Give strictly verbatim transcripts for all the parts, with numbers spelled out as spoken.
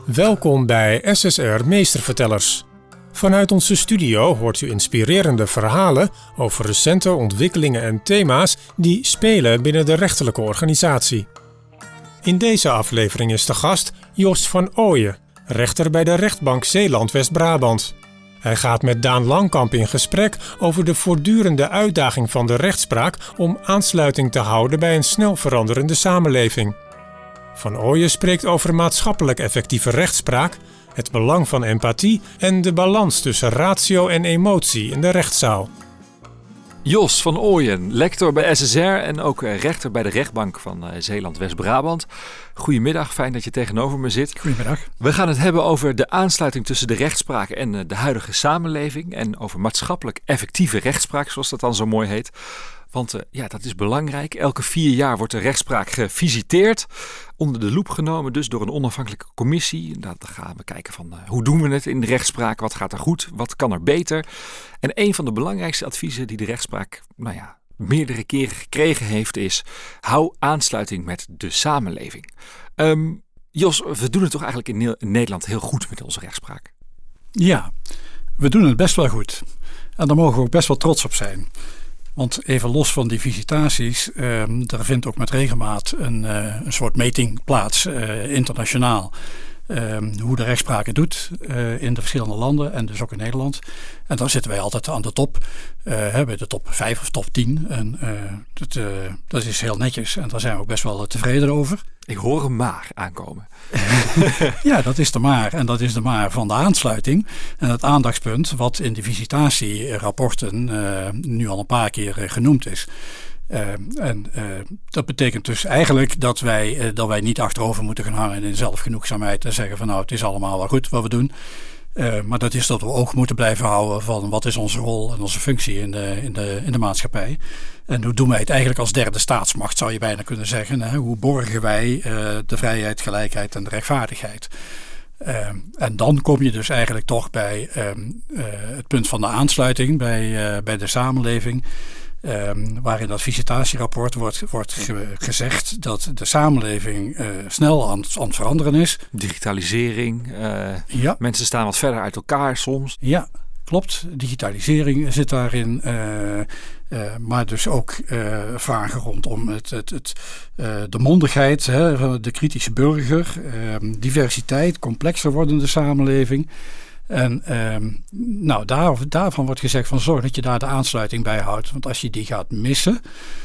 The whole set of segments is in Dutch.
Welkom bij S S R Meestervertellers. Vanuit onze studio hoort u inspirerende verhalen over recente ontwikkelingen en thema's die spelen binnen de rechterlijke organisatie. In deze aflevering is de gast Jos van Ooyen, rechter bij de rechtbank Zeeland-West-Brabant. Hij gaat met Daan Langkamp in gesprek over de voortdurende uitdaging van de rechtspraak om aansluiting te houden bij een snel veranderende samenleving. Van Ooyen spreekt over maatschappelijk effectieve rechtspraak, het belang van empathie en de balans tussen ratio en emotie in de rechtszaal. Jos van Ooyen, lector bij S S R en ook rechter bij de rechtbank van Zeeland-West-Brabant. Goedemiddag, fijn dat je tegenover me zit. Goedemiddag. We gaan het hebben over de aansluiting tussen de rechtspraak en de huidige samenleving en over maatschappelijk effectieve rechtspraak, zoals dat dan zo mooi heet. Want uh, ja, dat is belangrijk. Elke vier jaar wordt de rechtspraak gevisiteerd, onder de loep genomen dus door een onafhankelijke commissie. Dan gaan we kijken van uh, hoe doen we het in de rechtspraak, wat gaat er goed, wat kan er beter. En een van de belangrijkste adviezen die de rechtspraak nou ja, meerdere keren gekregen heeft is: hou aansluiting met de samenleving. Um, Jos, we doen het toch eigenlijk in, in Nederland heel goed met onze rechtspraak? Ja, we doen het best wel goed. En daar mogen we ook best wel trots op zijn. Want even los van die visitaties, uh, er vindt ook met regelmaat een, uh, een soort meting plaats, uh, internationaal. Uh, hoe de rechtspraak het doet uh, in de verschillende landen en dus ook in Nederland. En dan zitten wij altijd aan de top, uh, bij de top vijf of top tien. En uh, dat, uh, dat is heel netjes en daar zijn we ook best wel tevreden over. Ik hoor een maar aankomen. Ja, dat is de maar. En dat is de maar van de aansluiting. En het aandachtspunt wat in de visitatierapporten uh, nu al een paar keer uh, genoemd is. Uh, en uh, dat betekent dus eigenlijk dat wij, uh, dat wij niet achterover moeten gaan hangen in zelfgenoegzaamheid en zeggen van nou het is allemaal wel goed wat we doen. Uh, maar dat is dat we oog moeten blijven houden van wat is onze rol en onze functie in de, in de, in de maatschappij. En hoe doen wij het eigenlijk als derde staatsmacht, zou je bijna kunnen zeggen. Hè? Hoe borgen wij uh, de vrijheid, gelijkheid en de rechtvaardigheid? Uh, en dan kom je dus eigenlijk toch bij uh, uh, het punt van de aansluiting bij, uh, bij de samenleving. Um, waar in dat visitatierapport wordt, wordt ge- gezegd dat de samenleving uh, snel aan, aan het veranderen is. Digitalisering, uh, ja. Mensen staan wat verder uit elkaar soms. Ja, klopt. Digitalisering zit daarin. Uh, uh, maar dus ook uh, vragen rondom het, het, het, uh, de mondigheid, hè, de kritische burger, uh, diversiteit, complexer wordende samenleving. En um, nou, daar, daarvan wordt gezegd van zorg dat je daar de aansluiting bij houdt. Want als je die gaat missen,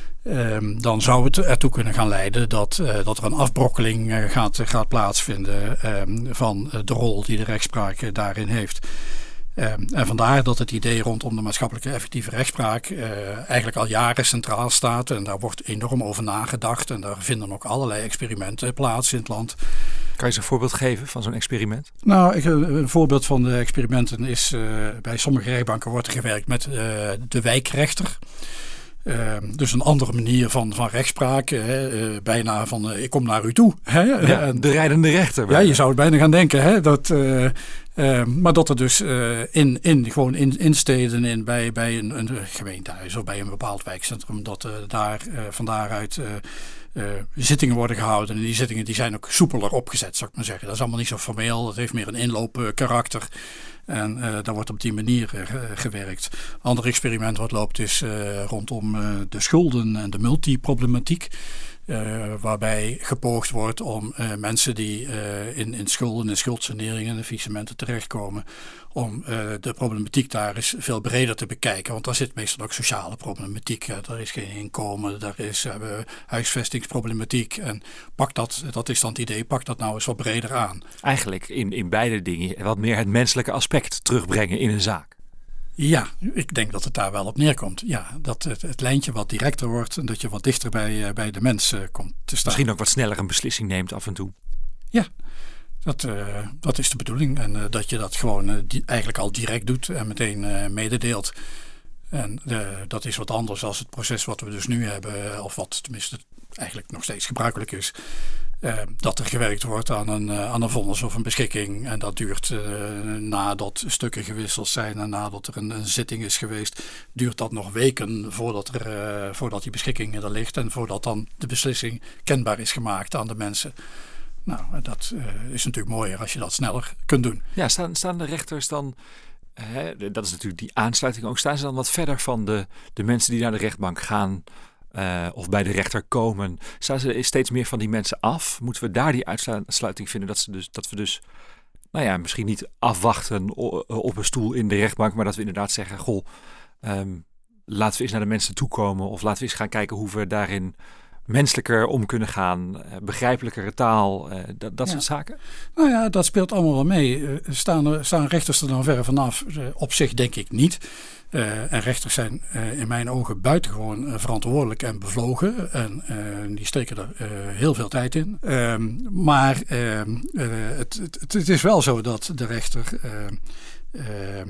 um, dan zou het ertoe kunnen gaan leiden dat, uh, dat er een afbrokkeling uh, gaat, gaat plaatsvinden um, van uh, de rol die de rechtspraak uh, daarin heeft. Um, en vandaar dat het idee rondom de maatschappelijke effectieve rechtspraak uh, eigenlijk al jaren centraal staat. En daar wordt enorm over nagedacht. En daar vinden ook allerlei experimenten plaats in het land. Kan je eens een voorbeeld geven van zo'n experiment? Nou, ik, een voorbeeld van de experimenten is uh, bij sommige rechtbanken wordt er gewerkt met uh, de wijkrechter. Uh, dus een andere manier van, van rechtspraak. Hè, uh, bijna van uh, ik kom naar u toe. Hè? Ja, en, de rijdende rechter. Ja, je zou het bijna gaan denken. Hè, dat, uh, uh, maar dat er dus uh, in, in, gewoon in, in steden, in, bij, bij een, een gemeentehuis of bij een bepaald wijkcentrum, dat uh, daar uh, van daaruit uh, uh, zittingen worden gehouden. En die zittingen die zijn ook soepeler opgezet, zou ik maar zeggen. Dat is allemaal niet zo formeel. Dat heeft meer een inloopkarakter. En uh, daar wordt op die manier uh, gewerkt. Ander experiment wat loopt is uh, rondom uh, de schulden en de multiproblematiek. Uh, waarbij gepoogd wordt om uh, mensen die uh, in, in schulden en schuldsaneringen en faillissementen terechtkomen, om uh, de problematiek daar eens veel breder te bekijken. Want daar zit meestal ook sociale problematiek. Uh, er is geen inkomen, er is uh, huisvestingsproblematiek. En pak dat, dat is dan het idee, pak dat nou eens wat breder aan. Eigenlijk in, in beide dingen wat meer het menselijke aspect terugbrengen in een zaak. Ja, ik denk dat het daar wel op neerkomt. Ja, dat het, het lijntje wat directer wordt en dat je wat dichter bij, bij de mens uh, komt te staan. Misschien ook wat sneller een beslissing neemt af en toe. Ja, dat, uh, dat is de bedoeling. En uh, dat je dat gewoon uh, die, eigenlijk al direct doet en meteen uh, mededeelt. En uh, dat is wat anders dan het proces wat we dus nu hebben, of wat tenminste eigenlijk nog steeds gebruikelijk is. Uh, dat er gewerkt wordt aan een, uh, aan een vonnis of een beschikking. En dat duurt uh, nadat stukken gewisseld zijn en nadat er een, een zitting is geweest, duurt dat nog weken voordat, er, uh, voordat die beschikking er ligt en voordat dan de beslissing kenbaar is gemaakt aan de mensen. Nou, dat uh, is natuurlijk mooier als je dat sneller kunt doen. Ja, staan, staan de rechters dan, hè, dat is natuurlijk die aansluiting ook, staan ze dan wat verder van de, de mensen die naar de rechtbank gaan uh, of bij de rechter komen? Staan ze steeds meer van die mensen af? Moeten we daar die uitsluiting vinden dat, ze dus, dat we dus, nou ja, misschien niet afwachten op een stoel in de rechtbank, maar dat we inderdaad zeggen, goh, um, laten we eens naar de mensen toekomen of laten we eens gaan kijken hoe we daarin menselijker om kunnen gaan, begrijpelijkere taal, dat, dat ja. soort zaken? Nou ja, dat speelt allemaal wel mee. Staan, staan rechters er dan ver vanaf? Op zich denk ik niet. Uh, en rechters zijn uh, in mijn ogen buitengewoon uh, verantwoordelijk en bevlogen. En uh, die steken er uh, heel veel tijd in. Uh, maar uh, uh, het, het, het is wel zo dat de rechter Uh, uh,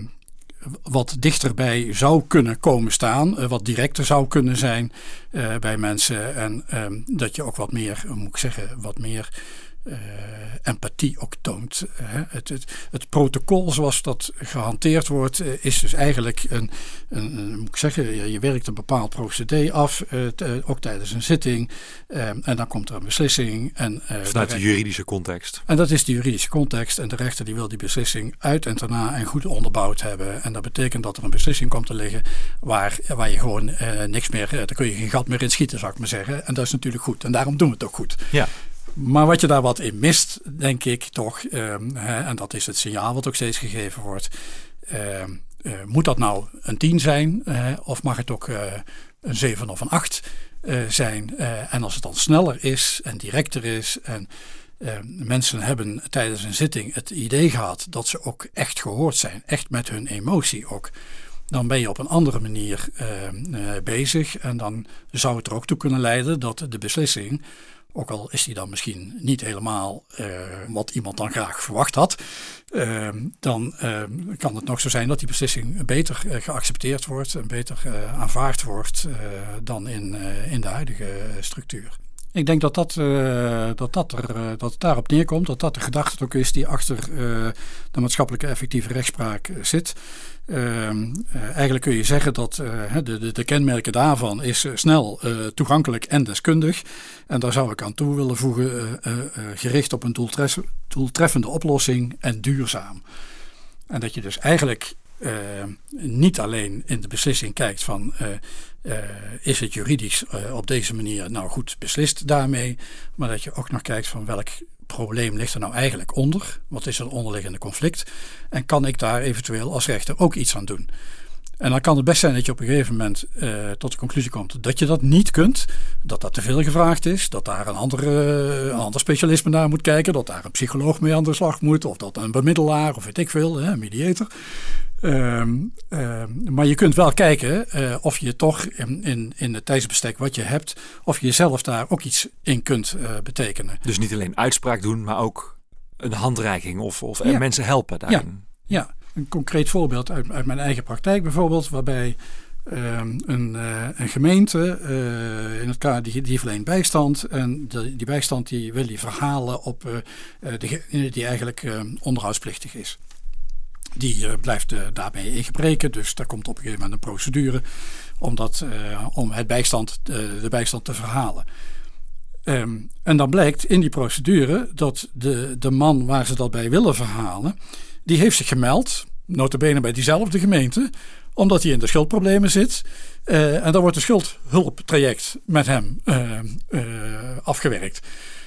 wat dichterbij zou kunnen komen staan, uh, wat directer zou kunnen zijn uh, bij mensen en um, dat je ook wat meer, hoe moet ik zeggen, wat meer uh, empathie ook toont. Uh, het, het, het protocol zoals dat gehanteerd wordt uh, is dus eigenlijk een, een, een, moet ik zeggen, je, je werkt een bepaald procedé af, uh, t, uh, ook tijdens een zitting uh, en dan komt er een beslissing. En, uh, Vanuit de, de juridische context. En dat is de juridische context en de rechter die wil die beslissing uit en daarna en goed onderbouwd hebben. En dat betekent dat er een beslissing komt te liggen waar, waar je gewoon uh, niks meer, uh, daar kun je geen gat meer in schieten, zou ik maar zeggen. En dat is natuurlijk goed en daarom doen we het ook goed. Ja. Maar wat je daar wat in mist, denk ik toch, um, hè, en dat is het signaal wat ook steeds gegeven wordt. Um, uh, moet dat nou een tien zijn uh, of mag het ook uh, een zeven of een acht uh, zijn? Uh, en als het dan sneller is en directer is en uh, mensen hebben tijdens een zitting het idee gehad dat ze ook echt gehoord zijn, echt met hun emotie ook. Dan ben je op een andere manier uh, uh, bezig en dan zou het er ook toe kunnen leiden dat de beslissing, ook al is die dan misschien niet helemaal uh, wat iemand dan graag verwacht had, uh, dan uh, kan het nog zo zijn dat die beslissing beter uh, geaccepteerd wordt en beter uh, aanvaard wordt uh, dan in, uh, in de huidige structuur. Ik denk dat, dat, uh, dat, dat, er, uh, dat het daarop neerkomt, dat dat de gedachte ook is die achter uh, de maatschappelijke effectieve rechtspraak uh, zit. Uh, uh, eigenlijk kun je zeggen dat uh, de, de, de kenmerken daarvan is uh, snel, uh, toegankelijk en deskundig. En daar zou ik aan toe willen voegen, uh, uh, uh, gericht op een doeltref, doeltreffende oplossing en duurzaam. En dat je dus eigenlijk uh, niet alleen in de beslissing kijkt van uh, uh, is het juridisch uh, op deze manier nou goed beslist daarmee, maar dat je ook nog kijkt van welk probleem ligt er nou eigenlijk onder? Wat is het onderliggende conflict? En kan ik daar eventueel als rechter ook iets aan doen? En dan kan het best zijn dat je op een gegeven moment uh, tot de conclusie komt dat je dat niet kunt. Dat dat te veel gevraagd is. Dat daar een, andere, een ander specialisme naar moet kijken. Dat daar een psycholoog mee aan de slag moet. Of dat een bemiddelaar of weet ik veel, hè, een mediator. Uh, uh, maar je kunt wel kijken uh, of je toch in, in, in het tijdsbestek wat je hebt, of je zelf daar ook iets in kunt uh, betekenen. Dus niet alleen uitspraak doen, maar ook een handreiking of, of ja. mensen helpen daarin. Ja, ja. Een concreet voorbeeld uit, uit mijn eigen praktijk bijvoorbeeld, waarbij uh, een, uh, een gemeente uh, in het kader die, die verleent bijstand en de, die bijstand die wil die verhalen op uh, degene die eigenlijk uh, onderhoudspliktig is. Die uh, blijft uh, daarmee in gebreken, dus daar komt op een gegeven moment een procedure om, dat, uh, om het bijstand, uh, de bijstand te verhalen. Um, en dan blijkt in die procedure dat de, de man waar ze dat bij willen verhalen, die heeft zich gemeld, nota bene bij diezelfde gemeente, omdat hij in de schuldproblemen zit. Uh, en dan wordt de schuldhulptraject met hem uh, uh, afgewerkt.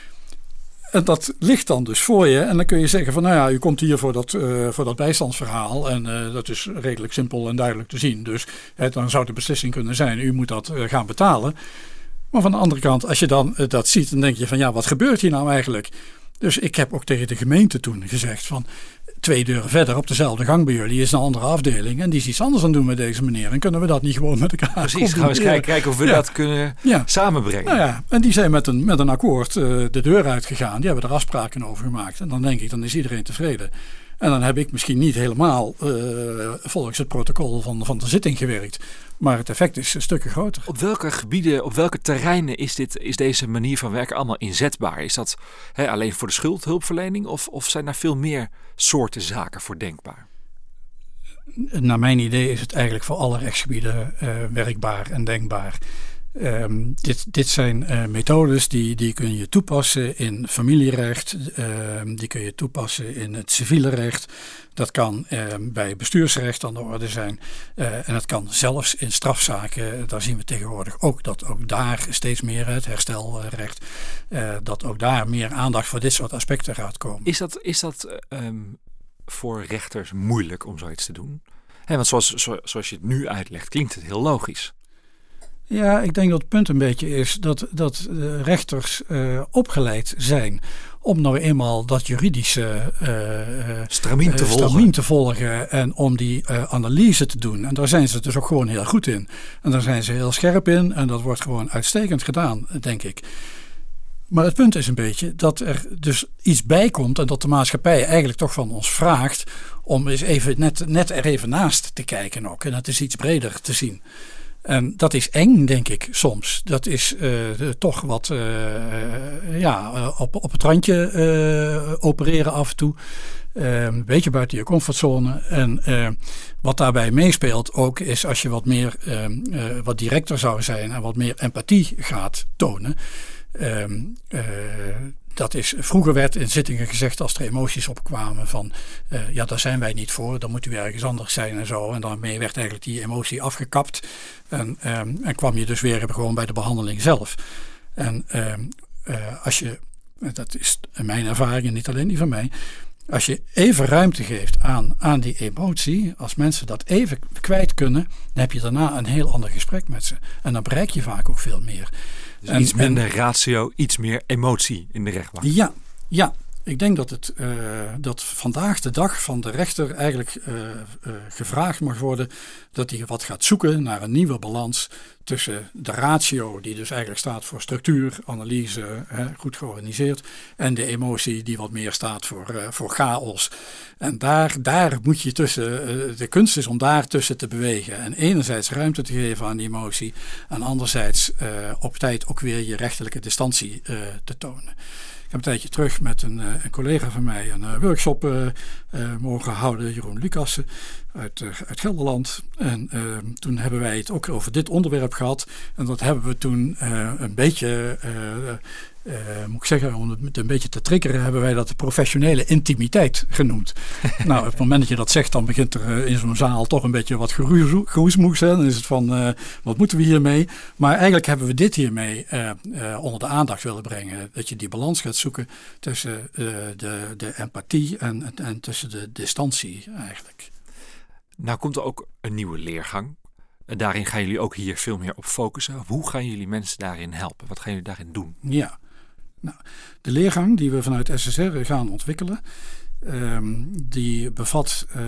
En dat ligt dan dus voor je. En dan kun je zeggen van nou ja, u komt hier voor dat, uh, voor dat bijstandsverhaal. En uh, dat is redelijk simpel en duidelijk te zien. Dus hè, dan zou de beslissing kunnen zijn, u moet dat uh, gaan betalen. Maar van de andere kant, als je dan uh, dat ziet, dan denk je van ja, wat gebeurt hier nou eigenlijk? Dus ik heb ook tegen de gemeente toen gezegd van twee deuren verder op dezelfde gang bij jullie is een andere afdeling. En die is iets anders aan doen met deze meneer. En kunnen we dat niet gewoon met elkaar Precies, gaan we eens kijken, kijken of we ja. dat kunnen ja. samenbrengen. Nou ja, en die zijn met een, met een akkoord uh, de deur uitgegaan. Die hebben er afspraken over gemaakt. En dan denk ik, dan is iedereen tevreden. En dan heb ik misschien niet helemaal uh, volgens het protocol van, van de zitting gewerkt. Maar het effect is een stukje groter. Op welke gebieden, op welke terreinen is, dit, is deze manier van werken allemaal inzetbaar? Is dat hè, alleen voor de schuldhulpverlening of, of zijn er veel meer soorten zaken voor denkbaar? Naar mijn idee is het eigenlijk voor alle rechtsgebieden uh, werkbaar en denkbaar. Um, dit, dit zijn uh, methodes die, die kun je toepassen in familierecht, uh, die kun je toepassen in het civiele recht. Dat kan uh, bij bestuursrecht aan de orde zijn. Uh, en het kan zelfs in strafzaken, daar zien we tegenwoordig ook dat ook daar steeds meer het herstelrecht, uh, dat ook daar meer aandacht voor dit soort aspecten gaat komen. Is dat, is dat um, voor rechters moeilijk om zoiets te doen? He, want zoals, zo, zoals je het nu uitlegt, klinkt het heel logisch. Ja, ik denk dat het punt een beetje is dat, dat de rechters uh, opgeleid zijn om nou eenmaal dat juridische uh, stramien te, uh, stramien te volgen en om die uh, analyse te doen. En daar zijn ze dus ook gewoon heel goed in. En daar zijn ze heel scherp in en dat wordt gewoon uitstekend gedaan, denk ik. Maar het punt is een beetje dat er dus iets bij komt en dat de maatschappij eigenlijk toch van ons vraagt om eens even net, net er even naast te kijken ook. En het is iets breder te zien. En dat is eng, denk ik, soms. Dat is uh, de, toch wat uh, uh, ja, uh, op, op het randje uh, opereren af en toe. Uh, een beetje buiten je comfortzone. En uh, wat daarbij meespeelt ook is als je wat meer uh, uh, wat directer zou zijn en wat meer empathie gaat tonen. Uh, uh, Dat is, vroeger werd in zittingen gezegd als er emoties opkwamen van uh, ja, daar zijn wij niet voor, dan moet u ergens anders zijn en zo. En daarmee werd eigenlijk die emotie afgekapt en, um, en kwam je dus weer gewoon bij de behandeling zelf. En um, uh, als je, dat is mijn ervaring en niet alleen die van mij, als je even ruimte geeft aan, aan die emotie, als mensen dat even kwijt kunnen, dan heb je daarna een heel ander gesprek met ze. En dan bereik je vaak ook veel meer. Dus en, iets minder en, ratio, iets meer emotie in de rechtbank. Ja, ja. Ik denk dat het uh, dat vandaag de dag van de rechter eigenlijk uh, uh, gevraagd mag worden dat hij wat gaat zoeken naar een nieuwe balans tussen de ratio, die dus eigenlijk staat voor structuur, analyse, hè, goed georganiseerd, en de emotie die wat meer staat voor, uh, voor chaos. En daar, daar moet je tussen, uh, de kunst is om daar tussen te bewegen. En enerzijds ruimte te geven aan die emotie, en anderzijds uh, op tijd ook weer je rechterlijke distantie uh, te tonen. Ik heb een tijdje terug met een, een collega van mij een uh, workshop uh, uh, mogen houden, Jeroen Lucassen uit, uh, uit Gelderland. En uh, toen hebben wij het ook over dit onderwerp gehad. En dat hebben we toen uh, een beetje, uh, uh, moet ik zeggen, om het een beetje te triggeren, hebben wij dat de professionele intimiteit genoemd. Nou, op het moment dat je dat zegt, dan begint er uh, in zo'n zaal toch een beetje wat geroesmoes. Dan is het van, uh, wat moeten we hiermee? Maar eigenlijk hebben we dit hiermee uh, uh, onder de aandacht willen brengen. Dat je die balans gaat zoeken tussen uh, de, de empathie en, en, en tussen de distantie eigenlijk. Nou komt er ook een nieuwe leergang. Daarin gaan jullie ook hier veel meer op focussen. Hoe gaan jullie mensen daarin helpen? Wat gaan jullie daarin doen? Ja, nou, de leergang die we vanuit S S R gaan ontwikkelen, um, die bevat uh,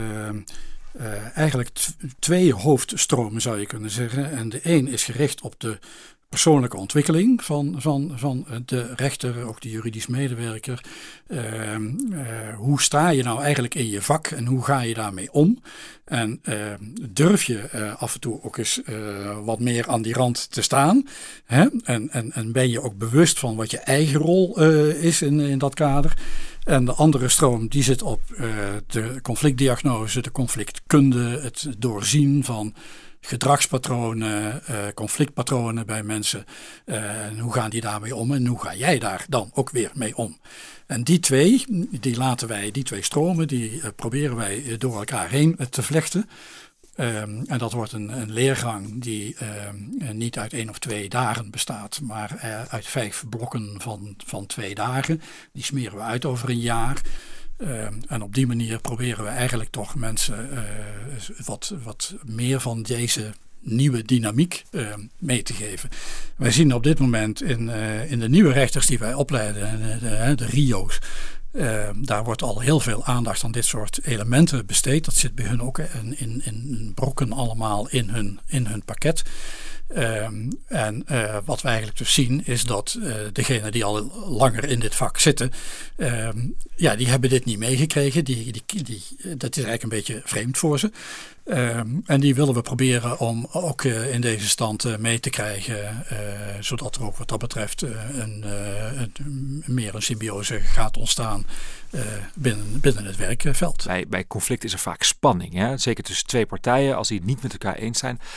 uh, eigenlijk t- twee hoofdstromen zou je kunnen zeggen. En de een is gericht op de persoonlijke ontwikkeling van, van, van de rechter, ook de juridisch medewerker. Uh, uh, hoe sta je nou eigenlijk in je vak en hoe ga je daarmee om? En uh, durf je uh, af en toe ook eens uh, wat meer aan die rand te staan? Hè? En, en, en ben je ook bewust van wat je eigen rol uh, is in, in dat kader? En de andere stroom die zit op uh, de conflictdiagnose, de conflictkunde, het doorzien van gedragspatronen, uh, conflictpatronen bij mensen. Uh, en hoe gaan die daarmee om en hoe ga jij daar dan ook weer mee om? En die twee, die laten wij, die twee stromen, die uh, proberen wij door elkaar heen uh, te vlechten. Um, en dat wordt een, een leergang die uh, niet uit één of twee dagen bestaat, maar uh, uit vijf blokken van, van twee dagen. Die smeren we uit over een jaar. Uh, en op die manier proberen we eigenlijk toch mensen uh, wat, wat meer van deze nieuwe dynamiek uh, mee te geven. Wij zien op dit moment in, uh, in de nieuwe rechters die wij opleiden, de, de, de R I O's, Uh, daar wordt al heel veel aandacht aan dit soort elementen besteed. Dat zit bij hun ook in, in, in brokken allemaal in hun, in hun pakket. Uh, en uh, wat we eigenlijk dus zien is dat uh, degenen die al langer in dit vak zitten, uh, ja, die hebben dit niet meegekregen. Die, die, die, dat is eigenlijk een beetje vreemd voor ze. Uh, en die willen we proberen om ook uh, in deze stand uh, mee te krijgen, uh, zodat er ook wat dat betreft uh, een, uh, een, meer een symbiose gaat ontstaan uh, binnen, binnen het werkveld. Bij, bij conflict is er vaak spanning, hè? Zeker tussen twee partijen, als die het niet met elkaar eens zijn.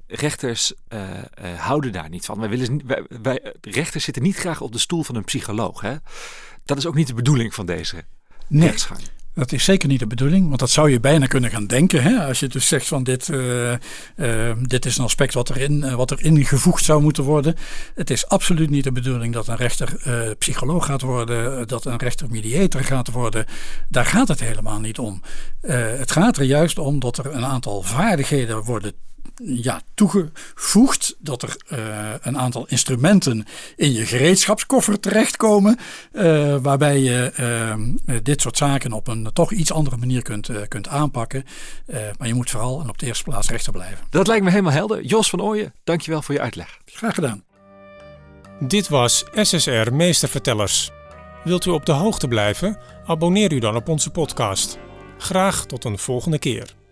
rechters uh, uh, houden daar niet van. Wij willen, wij, wij, rechters zitten niet graag op de stoel van een psycholoog. Hè? Dat is ook niet de bedoeling van deze nee. rechtsgang. Dat is zeker niet de bedoeling, want dat zou je bijna kunnen gaan denken. Hè? Als je dus zegt van dit, uh, uh, dit is een aspect wat erin, uh, wat erin gevoegd zou moeten worden. Het is absoluut niet de bedoeling dat een rechter uh, psycholoog gaat worden, dat een rechter mediator gaat worden. Daar gaat het helemaal niet om. Uh, het gaat er juist om dat er een aantal vaardigheden worden ja, toegevoegd, dat er uh, een aantal instrumenten in je gereedschapskoffer terechtkomen, uh, waarbij je uh, dit soort zaken op een toch iets andere manier kunt, uh, kunt aanpakken. Uh, maar je moet vooral en op de eerste plaats rechter blijven. Dat lijkt me helemaal helder. Jos van Ooyen, dankjewel voor je uitleg. Graag gedaan. Dit was S S R Meestervertellers. Wilt u op de hoogte blijven? Abonneer u dan op onze podcast. Graag tot een volgende keer.